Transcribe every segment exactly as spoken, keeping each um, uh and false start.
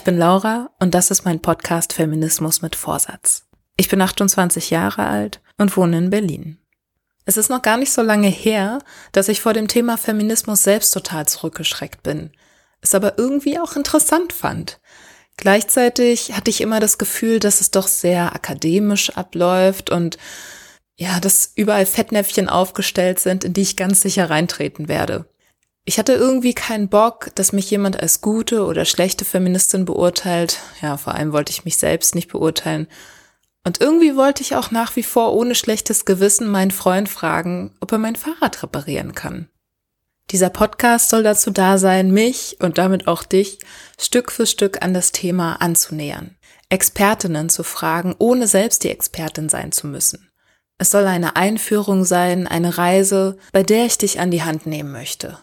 bin Laura und das ist mein Podcast Feminismus mit Vorsatz. Ich bin achtundzwanzig Jahre alt und wohne in Berlin. Es ist noch gar nicht so lange her, dass ich vor dem Thema Feminismus selbst total zurückgeschreckt bin, es aber irgendwie auch interessant fand. Gleichzeitig hatte ich immer das Gefühl, dass es doch sehr akademisch abläuft und ja, dass überall Fettnäpfchen aufgestellt sind, in die ich ganz sicher reintreten werde. Ich hatte irgendwie keinen Bock, dass mich jemand als gute oder schlechte Feministin beurteilt. Ja, vor allem wollte ich mich selbst nicht beurteilen. Und irgendwie wollte ich auch nach wie vor ohne schlechtes Gewissen meinen Freund fragen, ob er mein Fahrrad reparieren kann. Dieser Podcast soll dazu da sein, mich und damit auch dich Stück für Stück an das Thema anzunähern. Expertinnen zu fragen, ohne selbst die Expertin sein zu müssen. Es soll eine Einführung sein, eine Reise, bei der ich dich an die Hand nehmen möchte.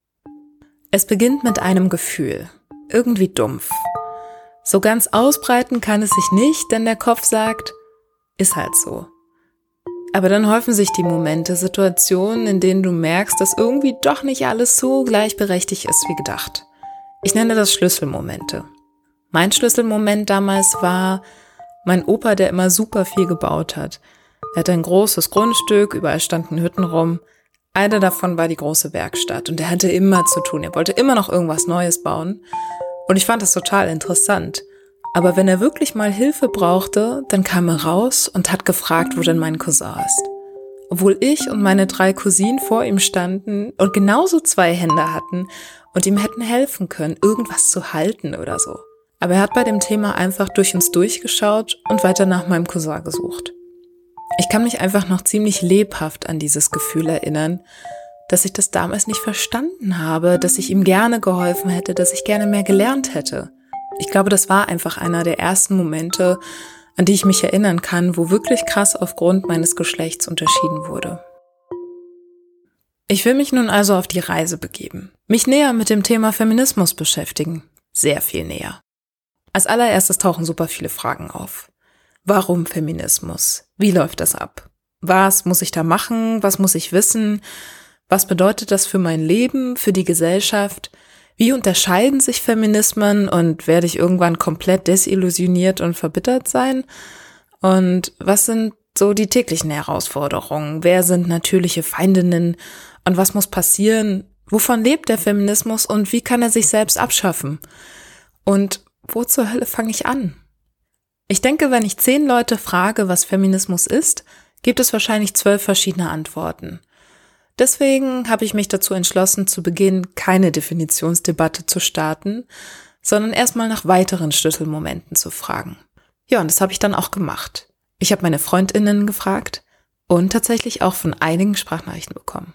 Es beginnt mit einem Gefühl, irgendwie dumpf. So ganz ausbreiten kann es sich nicht, denn der Kopf sagt, ist halt so. Aber dann häufen sich die Momente, Situationen, in denen du merkst, dass irgendwie doch nicht alles so gleichberechtigt ist wie gedacht. Ich nenne das Schlüsselmomente. Mein Schlüsselmoment damals war mein Opa, der immer super viel gebaut hat. Er hatte ein großes Grundstück, überall standen Hütten rum. Eine davon war die große Werkstatt und er hatte immer zu tun. Er wollte immer noch irgendwas Neues bauen und ich fand das total interessant. Aber wenn er wirklich mal Hilfe brauchte, dann kam er raus und hat gefragt, wo denn mein Cousin ist. Obwohl ich und meine drei Cousinen vor ihm standen und genauso zwei Hände hatten und ihm hätten helfen können, irgendwas zu halten oder so. Aber er hat bei dem Thema einfach durch uns durchgeschaut und weiter nach meinem Cousin gesucht. Ich kann mich einfach noch ziemlich lebhaft an dieses Gefühl erinnern, dass ich das damals nicht verstanden habe, dass ich ihm gerne geholfen hätte, dass ich gerne mehr gelernt hätte. Ich glaube, das war einfach einer der ersten Momente, an die ich mich erinnern kann, wo wirklich krass aufgrund meines Geschlechts unterschieden wurde. Ich will mich nun also auf die Reise begeben, mich näher mit dem Thema Feminismus beschäftigen, sehr viel näher. Als allererstes tauchen super viele Fragen auf. Warum Feminismus? Wie läuft das ab? Was muss ich da machen? Was muss ich wissen? Was bedeutet das für mein Leben, für die Gesellschaft? Wie unterscheiden sich Feminismen und werde ich irgendwann komplett desillusioniert und verbittert sein? Und was sind so die täglichen Herausforderungen? Wer sind natürliche Feindinnen? Und was muss passieren? Wovon lebt der Feminismus und wie kann er sich selbst abschaffen? Und wo zur Hölle fange ich an? Ich denke, wenn ich zehn Leute frage, was Feminismus ist, gibt es wahrscheinlich zwölf verschiedene Antworten. Deswegen habe ich mich dazu entschlossen, zu Beginn keine Definitionsdebatte zu starten, sondern erstmal nach weiteren Schlüsselmomenten zu fragen. Ja, und das habe ich dann auch gemacht. Ich habe meine FreundInnen gefragt und tatsächlich auch von einigen Sprachnachrichten bekommen.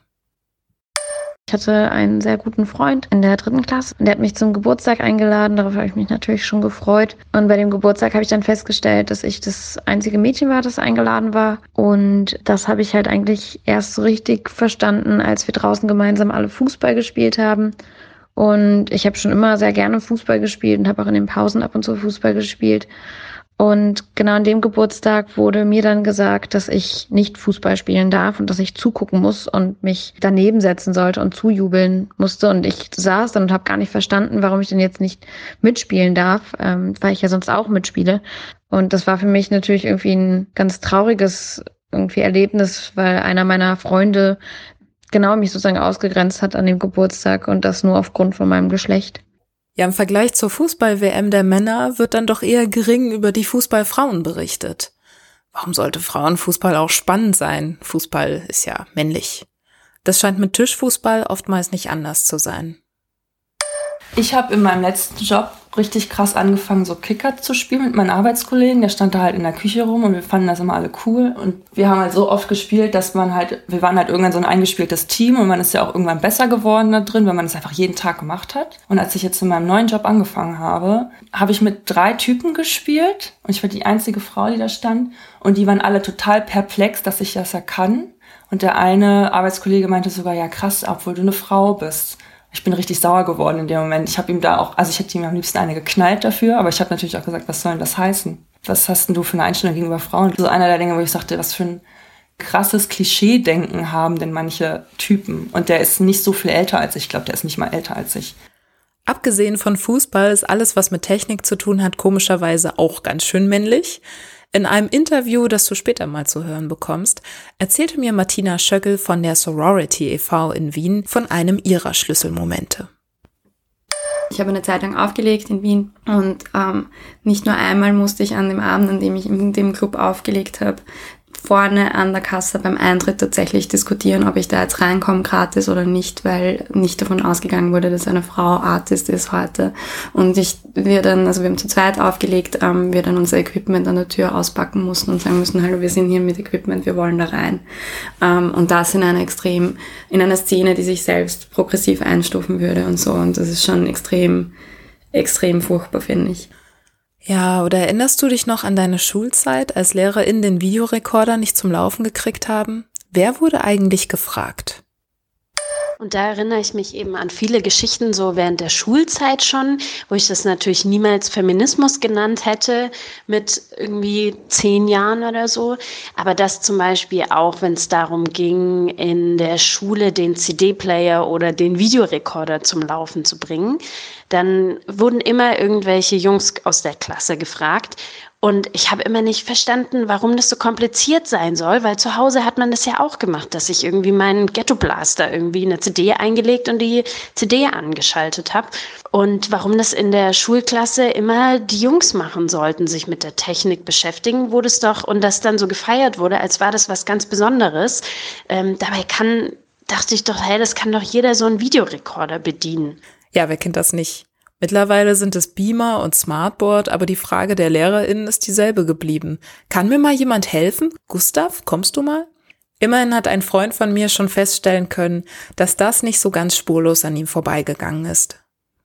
Ich hatte einen sehr guten Freund in der dritten Klasse und der hat mich zum Geburtstag eingeladen. Darauf habe ich mich natürlich schon gefreut. Und bei dem Geburtstag habe ich dann festgestellt, dass ich das einzige Mädchen war, das eingeladen war. Und das habe ich halt eigentlich erst so richtig verstanden, als wir draußen gemeinsam alle Fußball gespielt haben. Und ich habe schon immer sehr gerne Fußball gespielt und habe auch in den Pausen ab und zu Fußball gespielt. Und genau an dem Geburtstag wurde mir dann gesagt, dass ich nicht Fußball spielen darf und dass ich zugucken muss und mich daneben setzen sollte und zujubeln musste. Und ich saß dann und habe gar nicht verstanden, warum ich denn jetzt nicht mitspielen darf, ähm, weil ich ja sonst auch mitspiele. Und das war für mich natürlich irgendwie ein ganz trauriges irgendwie Erlebnis, weil einer meiner Freunde genau mich sozusagen ausgegrenzt hat an dem Geburtstag und das nur aufgrund von meinem Geschlecht. Ja, im Vergleich zur Fußball-W M der Männer wird dann doch eher gering über die Fußballfrauen berichtet. Warum sollte Frauenfußball auch spannend sein? Fußball ist ja männlich. Das scheint mit Tischfußball oftmals nicht anders zu sein. Ich habe in meinem letzten Job richtig krass angefangen, so Kicker zu spielen mit meinen Arbeitskollegen. Der stand da halt in der Küche rum und wir fanden das immer alle cool. Und wir haben halt so oft gespielt, dass man halt, wir waren halt irgendwann so ein eingespieltes Team und man ist ja auch irgendwann besser geworden da drin, wenn man es einfach jeden Tag gemacht hat. Und als ich jetzt in meinem neuen Job angefangen habe, habe ich mit drei Typen gespielt und ich war die einzige Frau, die da stand. Und die waren alle total perplex, dass ich das ja kann. Und der eine Arbeitskollege meinte sogar, ja krass, obwohl du eine Frau bist. Ich bin richtig sauer geworden in dem Moment. Ich habe ihm da auch, also ich hätte ihm am liebsten eine geknallt dafür, aber ich habe natürlich auch gesagt, was soll denn das heißen? Was hast denn du für eine Einstellung gegenüber Frauen? So einer der Dinge, wo ich sagte, was für ein krasses Klischee-Denken haben denn manche Typen. Und der ist nicht so viel älter als ich. Ich glaube, der ist nicht mal älter als ich. Abgesehen von Fußball ist alles, was mit Technik zu tun hat, komischerweise auch ganz schön männlich. In einem Interview, das du später mal zu hören bekommst, erzählte mir Martina Schöckel von der Sorority e V in Wien von einem ihrer Schlüsselmomente. Ich habe eine Zeit lang aufgelegt in Wien und ähm, nicht nur einmal musste ich an dem Abend, an dem ich in dem Club aufgelegt habe, vorne an der Kasse beim Eintritt tatsächlich diskutieren, ob ich da jetzt reinkomme gratis oder nicht, weil nicht davon ausgegangen wurde, dass eine Frau Artist ist heute. Und ich wir dann, also wir haben zu zweit aufgelegt, ähm, wir dann unser Equipment an der Tür auspacken mussten und sagen müssen, hallo, wir sind hier mit Equipment, wir wollen da rein. Ähm, und das in einer extrem, in einer Szene, die sich selbst progressiv einstufen würde und so. Und das ist schon extrem, extrem furchtbar, finde ich. Ja, oder erinnerst du dich noch an deine Schulzeit, als LehrerInnen den Videorekorder nicht zum Laufen gekriegt haben? Wer wurde eigentlich gefragt? Und da erinnere ich mich eben an viele Geschichten so während der Schulzeit schon, wo ich das natürlich niemals Feminismus genannt hätte mit irgendwie zehn Jahren oder so. Aber das zum Beispiel auch, wenn es darum ging, in der Schule den C D-Player oder den Videorekorder zum Laufen zu bringen, dann wurden immer irgendwelche Jungs aus der Klasse gefragt. Und ich habe immer nicht verstanden, warum das so kompliziert sein soll, weil zu Hause hat man das ja auch gemacht, dass ich irgendwie meinen Ghetto-Blaster irgendwie eine C D eingelegt und die C D angeschaltet habe. Und warum das in der Schulklasse immer die Jungs machen sollten, sich mit der Technik beschäftigen, wurde es doch, und das dann so gefeiert wurde, als war das was ganz Besonderes. Ähm, dabei kann, dachte ich doch, hey, das kann doch jeder so einen Videorekorder bedienen. Ja, wer kennt das nicht? Mittlerweile sind es Beamer und Smartboard, aber die Frage der LehrerInnen ist dieselbe geblieben. Kann mir mal jemand helfen? Gustav, kommst du mal? Immerhin hat ein Freund von mir schon feststellen können, dass das nicht so ganz spurlos an ihm vorbeigegangen ist.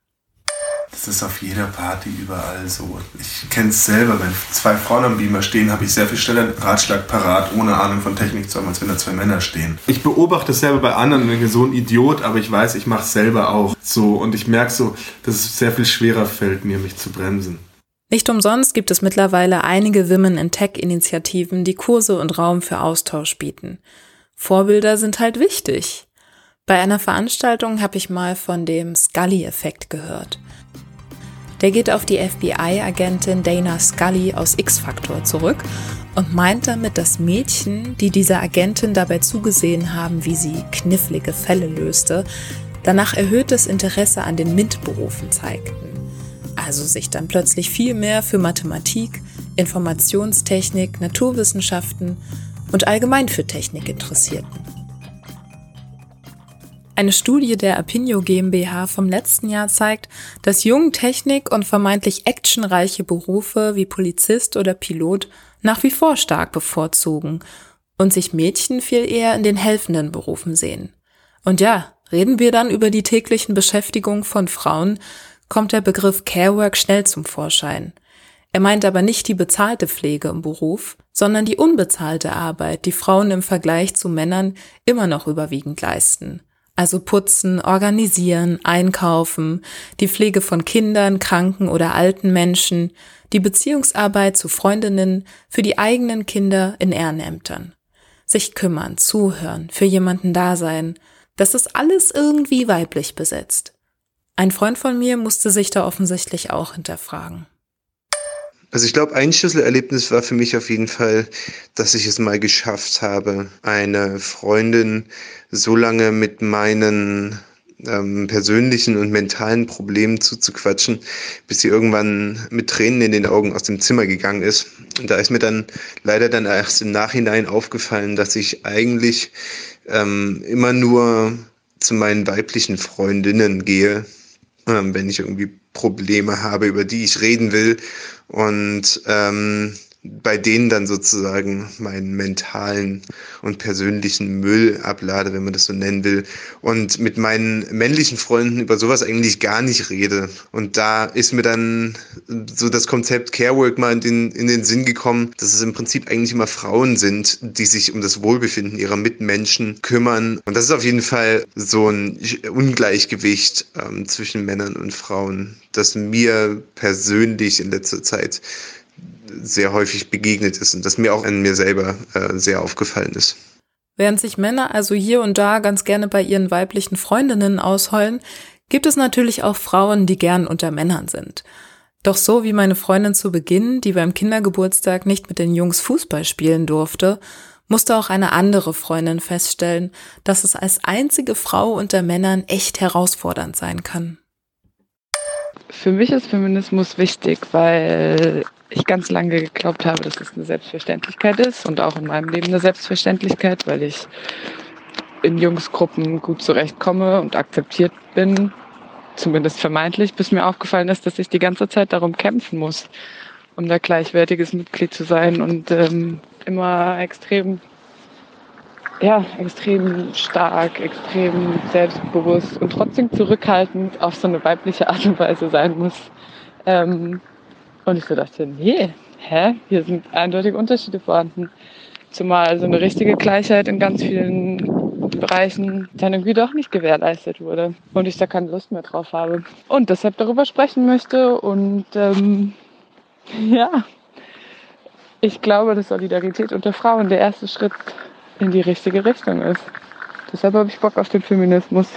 Das ist auf jeder Party überall so. Ich kenne es selber, wenn zwei Frauen am Beamer stehen, habe ich sehr viel schneller einen Ratschlag parat, ohne Ahnung von Technik zu haben, als wenn da zwei Männer stehen. Ich beobachte es selber bei anderen und denke, so ein Idiot, aber ich weiß, ich mache es selber auch so. Und ich merke so, dass es sehr viel schwerer fällt mir, mich zu bremsen. Nicht umsonst gibt es mittlerweile einige Women in Tech-Initiativen, die Kurse und Raum für Austausch bieten. Vorbilder sind halt wichtig. Bei einer Veranstaltung habe ich mal von dem Scully-Effekt gehört. Der geht auf die F B I-Agentin Dana Scully aus X-Factor zurück und meint damit, dass Mädchen, die dieser Agentin dabei zugesehen haben, wie sie knifflige Fälle löste, danach erhöhtes Interesse an den MINT-Berufen zeigten. Also sich dann plötzlich viel mehr für Mathematik, Informationstechnik, Naturwissenschaften und allgemein für Technik interessierten. Eine Studie der Apinio GmbH vom letzten Jahr zeigt, dass jungen Technik- und vermeintlich actionreiche Berufe wie Polizist oder Pilot nach wie vor stark bevorzugen und sich Mädchen viel eher in den helfenden Berufen sehen. Und ja, reden wir dann über die täglichen Beschäftigungen von Frauen, kommt der Begriff Carework schnell zum Vorschein. Er meint aber nicht die bezahlte Pflege im Beruf, sondern die unbezahlte Arbeit, die Frauen im Vergleich zu Männern immer noch überwiegend leisten. Also putzen, organisieren, einkaufen, die Pflege von Kindern, kranken oder alten Menschen, die Beziehungsarbeit zu Freundinnen, für die eigenen Kinder in Ehrenämtern. Sich kümmern, zuhören, für jemanden da sein, das ist alles irgendwie weiblich besetzt. Ein Freund von mir musste sich da offensichtlich auch hinterfragen. Also ich glaube, ein Schlüsselerlebnis war für mich auf jeden Fall, dass ich es mal geschafft habe, eine Freundin so lange mit meinen ähm, persönlichen und mentalen Problemen zuzuquatschen, bis sie irgendwann mit Tränen in den Augen aus dem Zimmer gegangen ist. Und da ist mir dann leider dann erst im Nachhinein aufgefallen, dass ich eigentlich ähm, immer nur zu meinen weiblichen Freundinnen gehe, ähm, wenn ich irgendwie Probleme habe, über die ich reden will. Und ähm, bei denen dann sozusagen meinen mentalen und persönlichen Müll ablade, wenn man das so nennen will. Und mit meinen männlichen Freunden über sowas eigentlich gar nicht rede. Und da ist mir dann so das Konzept Carework mal in den, in den Sinn gekommen, dass es im Prinzip eigentlich immer Frauen sind, die sich um das Wohlbefinden ihrer Mitmenschen kümmern. Und das ist auf jeden Fall so ein Ungleichgewicht ähm, zwischen Männern und Frauen, das mir persönlich in letzter Zeit sehr häufig begegnet ist und das mir auch an mir selber äh, sehr aufgefallen ist. Während sich Männer also hier und da ganz gerne bei ihren weiblichen Freundinnen ausheulen, gibt es natürlich auch Frauen, die gern unter Männern sind. Doch so wie meine Freundin zu Beginn, die beim Kindergeburtstag nicht mit den Jungs Fußball spielen durfte, musste auch eine andere Freundin feststellen, dass es als einzige Frau unter Männern echt herausfordernd sein kann. Für mich ist Feminismus wichtig, weil ich ganz lange geglaubt habe, dass es eine Selbstverständlichkeit ist und auch in meinem Leben eine Selbstverständlichkeit, weil ich in Jungsgruppen gut zurechtkomme und akzeptiert bin, zumindest vermeintlich, bis mir aufgefallen ist, dass ich die ganze Zeit darum kämpfen muss, um da gleichwertiges Mitglied zu sein und ähm, immer extrem, ja, extrem stark, extrem selbstbewusst und trotzdem zurückhaltend auf so eine weibliche Art und Weise sein muss. Ähm, und ich so dachte, nee, hä, hier sind eindeutig Unterschiede vorhanden. Zumal so eine richtige Gleichheit in ganz vielen Bereichen dann irgendwie doch nicht gewährleistet wurde und ich da keine Lust mehr drauf habe und deshalb darüber sprechen möchte und ähm, ja, ich glaube, dass Solidarität unter Frauen der erste Schritt in die richtige Richtung ist. Deshalb habe ich Bock auf den Feminismus.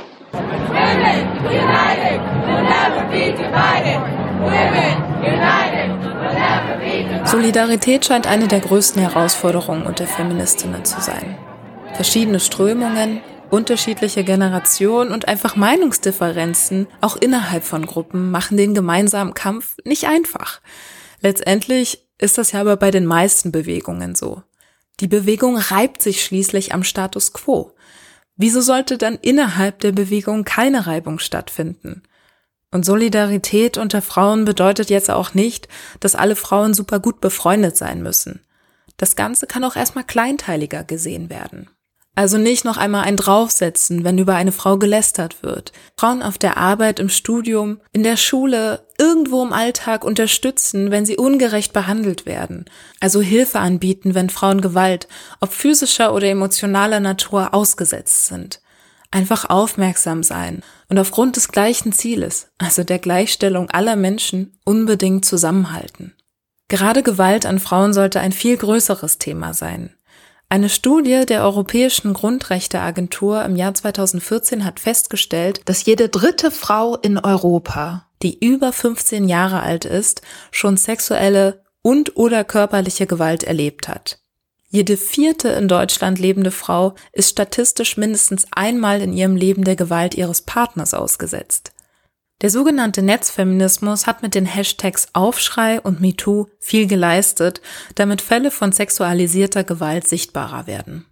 Women united, we'll never be divided. Women united, we'll never be divided. Solidarität scheint eine der größten Herausforderungen unter Feministinnen zu sein. Verschiedene Strömungen, unterschiedliche Generationen und einfach Meinungsdifferenzen, auch innerhalb von Gruppen, machen den gemeinsamen Kampf nicht einfach. Letztendlich ist das ja aber bei den meisten Bewegungen so. Die Bewegung reibt sich schließlich am Status quo. Wieso sollte dann innerhalb der Bewegung keine Reibung stattfinden? Und Solidarität unter Frauen bedeutet jetzt auch nicht, dass alle Frauen super gut befreundet sein müssen. Das Ganze kann auch erstmal kleinteiliger gesehen werden. Also nicht noch einmal ein draufsetzen, wenn über eine Frau gelästert wird. Frauen auf der Arbeit, im Studium, in der Schule, irgendwo im Alltag unterstützen, wenn sie ungerecht behandelt werden. Also Hilfe anbieten, wenn Frauen Gewalt, ob physischer oder emotionaler Natur, ausgesetzt sind. Einfach aufmerksam sein und aufgrund des gleichen Zieles, also der Gleichstellung aller Menschen, unbedingt zusammenhalten. Gerade Gewalt an Frauen sollte ein viel größeres Thema sein. Eine Studie der Europäischen Grundrechteagentur im Jahr zweitausendvierzehn hat festgestellt, dass jede dritte Frau in Europa, die über fünfzehn Jahre alt ist, schon sexuelle und oder körperliche Gewalt erlebt hat. Jede vierte in Deutschland lebende Frau ist statistisch mindestens einmal in ihrem Leben der Gewalt ihres Partners ausgesetzt. Der sogenannte Netzfeminismus hat mit den Hashtags Aufschrei und MeToo viel geleistet, damit Fälle von sexualisierter Gewalt sichtbarer werden.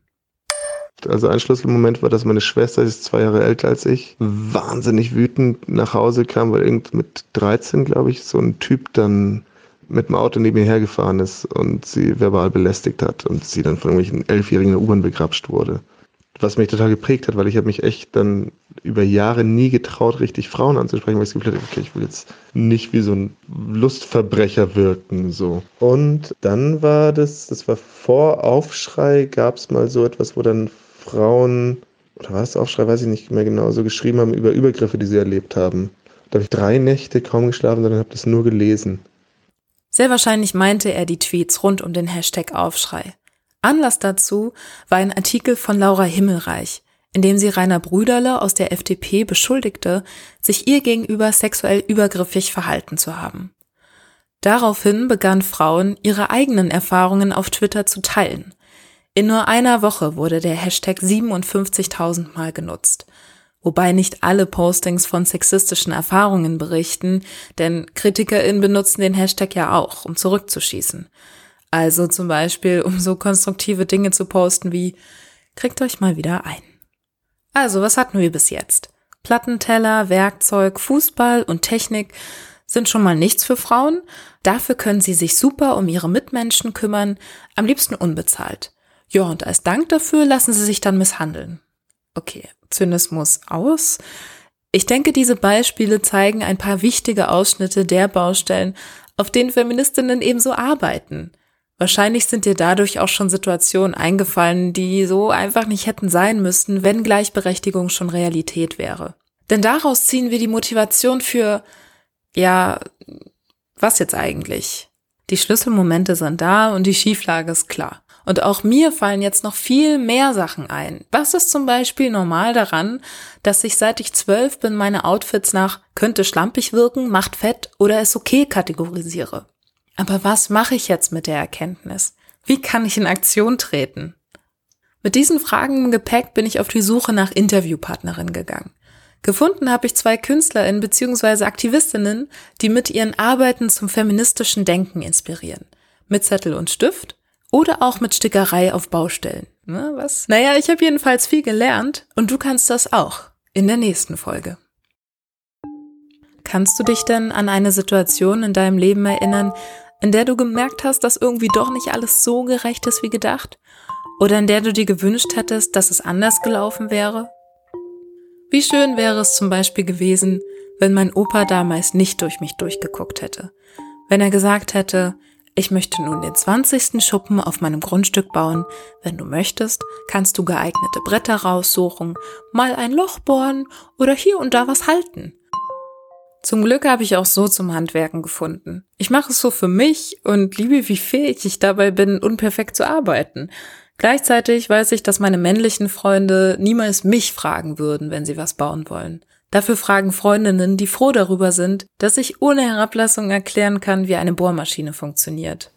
Also ein Schlüsselmoment war, dass meine Schwester, die ist zwei Jahre älter als ich, wahnsinnig wütend nach Hause kam, weil irgend mit dreizehn, glaube ich, so ein Typ dann mit dem Auto neben ihr hergefahren ist und sie verbal belästigt hat und sie dann von irgendwelchen Elfjährigen in der U-Bahn begrapscht wurde. Was mich total geprägt hat, weil ich habe mich echt dann über Jahre nie getraut, richtig Frauen anzusprechen, weil ich das Gefühl hatte, okay, ich will jetzt nicht wie so ein Lustverbrecher wirken, so. Und dann war das, das war vor Aufschrei, gab es mal so etwas, wo dann Frauen, oder war es Aufschrei, weiß ich nicht mehr genau, so geschrieben haben über Übergriffe, die sie erlebt haben. Da habe ich drei Nächte kaum geschlafen, sondern habe das nur gelesen. Sehr wahrscheinlich meinte er die Tweets rund um den Hashtag Aufschrei. Anlass dazu war ein Artikel von Laura Himmelreich, in dem sie Rainer Brüderle aus der F D P beschuldigte, sich ihr gegenüber sexuell übergriffig verhalten zu haben. Daraufhin begannen Frauen, ihre eigenen Erfahrungen auf Twitter zu teilen. In nur einer Woche wurde der Hashtag siebenundfünfzigtausend Mal genutzt. Wobei nicht alle Postings von sexistischen Erfahrungen berichten, denn KritikerInnen benutzen den Hashtag ja auch, um zurückzuschießen. Also zum Beispiel, um so konstruktive Dinge zu posten wie „Kriegt euch mal wieder ein". Also, was hatten wir bis jetzt? Plattenteller, Werkzeug, Fußball und Technik sind schon mal nichts für Frauen. Dafür können sie sich super um ihre Mitmenschen kümmern, am liebsten unbezahlt. Ja, und als Dank dafür lassen sie sich dann misshandeln. Okay, Zynismus aus. Ich denke, diese Beispiele zeigen ein paar wichtige Ausschnitte der Baustellen, auf denen Feministinnen ebenso arbeiten. Wahrscheinlich sind dir dadurch auch schon Situationen eingefallen, die so einfach nicht hätten sein müssen, wenn Gleichberechtigung schon Realität wäre. Denn daraus ziehen wir die Motivation für, ja, was jetzt eigentlich? Die Schlüsselmomente sind da und die Schieflage ist klar. Und auch mir fallen jetzt noch viel mehr Sachen ein. Was ist zum Beispiel normal daran, dass ich seit ich zwölf bin meine Outfits nach könnte schlampig wirken, macht fett oder ist okay kategorisiere? Aber was mache ich jetzt mit der Erkenntnis? Wie kann ich in Aktion treten? Mit diesen Fragen im Gepäck bin ich auf die Suche nach Interviewpartnerinnen gegangen. Gefunden habe ich zwei KünstlerInnen bzw. Aktivistinnen, die mit ihren Arbeiten zum feministischen Denken inspirieren. Mit Zettel und Stift oder auch mit Stickerei auf Baustellen. Na, was? Naja, ich habe jedenfalls viel gelernt und du kannst das auch in der nächsten Folge. Kannst du dich denn an eine Situation in deinem Leben erinnern, in der du gemerkt hast, dass irgendwie doch nicht alles so gerecht ist wie gedacht? Oder in der du dir gewünscht hättest, dass es anders gelaufen wäre? Wie schön wäre es zum Beispiel gewesen, wenn mein Opa damals nicht durch mich durchgeguckt hätte. Wenn er gesagt hätte, ich möchte nun den zwanzigsten Schuppen auf meinem Grundstück bauen. Wenn du möchtest, kannst du geeignete Bretter raussuchen, mal ein Loch bohren oder hier und da was halten. Zum Glück habe ich auch so zum Handwerken gefunden. Ich mache es so für mich und liebe, wie fähig ich dabei bin, unperfekt zu arbeiten. Gleichzeitig weiß ich, dass meine männlichen Freunde niemals mich fragen würden, wenn sie was bauen wollen. Dafür fragen Freundinnen, die froh darüber sind, dass ich ohne Herablassung erklären kann, wie eine Bohrmaschine funktioniert.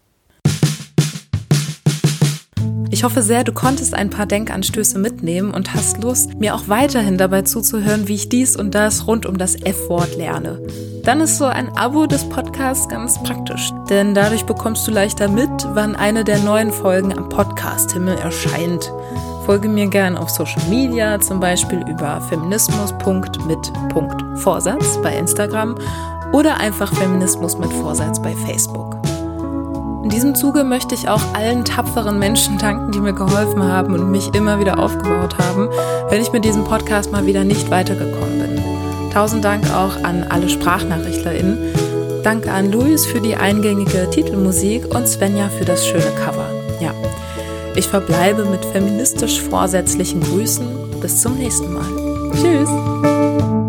Ich hoffe sehr, du konntest ein paar Denkanstöße mitnehmen und hast Lust, mir auch weiterhin dabei zuzuhören, wie ich dies und das rund um das F-Wort lerne. Dann ist so ein Abo des Podcasts ganz praktisch, denn dadurch bekommst du leichter mit, wann eine der neuen Folgen am Podcast-Himmel erscheint. Folge mir gern auf Social Media, zum Beispiel über feminismus punkt mit punkt vorsatz bei Instagram oder einfach Feminismus mit Vorsatz bei Facebook. In diesem Zuge möchte ich auch allen tapferen Menschen danken, die mir geholfen haben und mich immer wieder aufgebaut haben, wenn ich mit diesem Podcast mal wieder nicht weitergekommen bin. Tausend Dank auch an alle SprachnachrichtlerInnen. Danke an Luis für die eingängige Titelmusik und Svenja für das schöne Cover. Ja, ich verbleibe mit feministisch vorsätzlichen Grüßen. Bis zum nächsten Mal. Tschüss!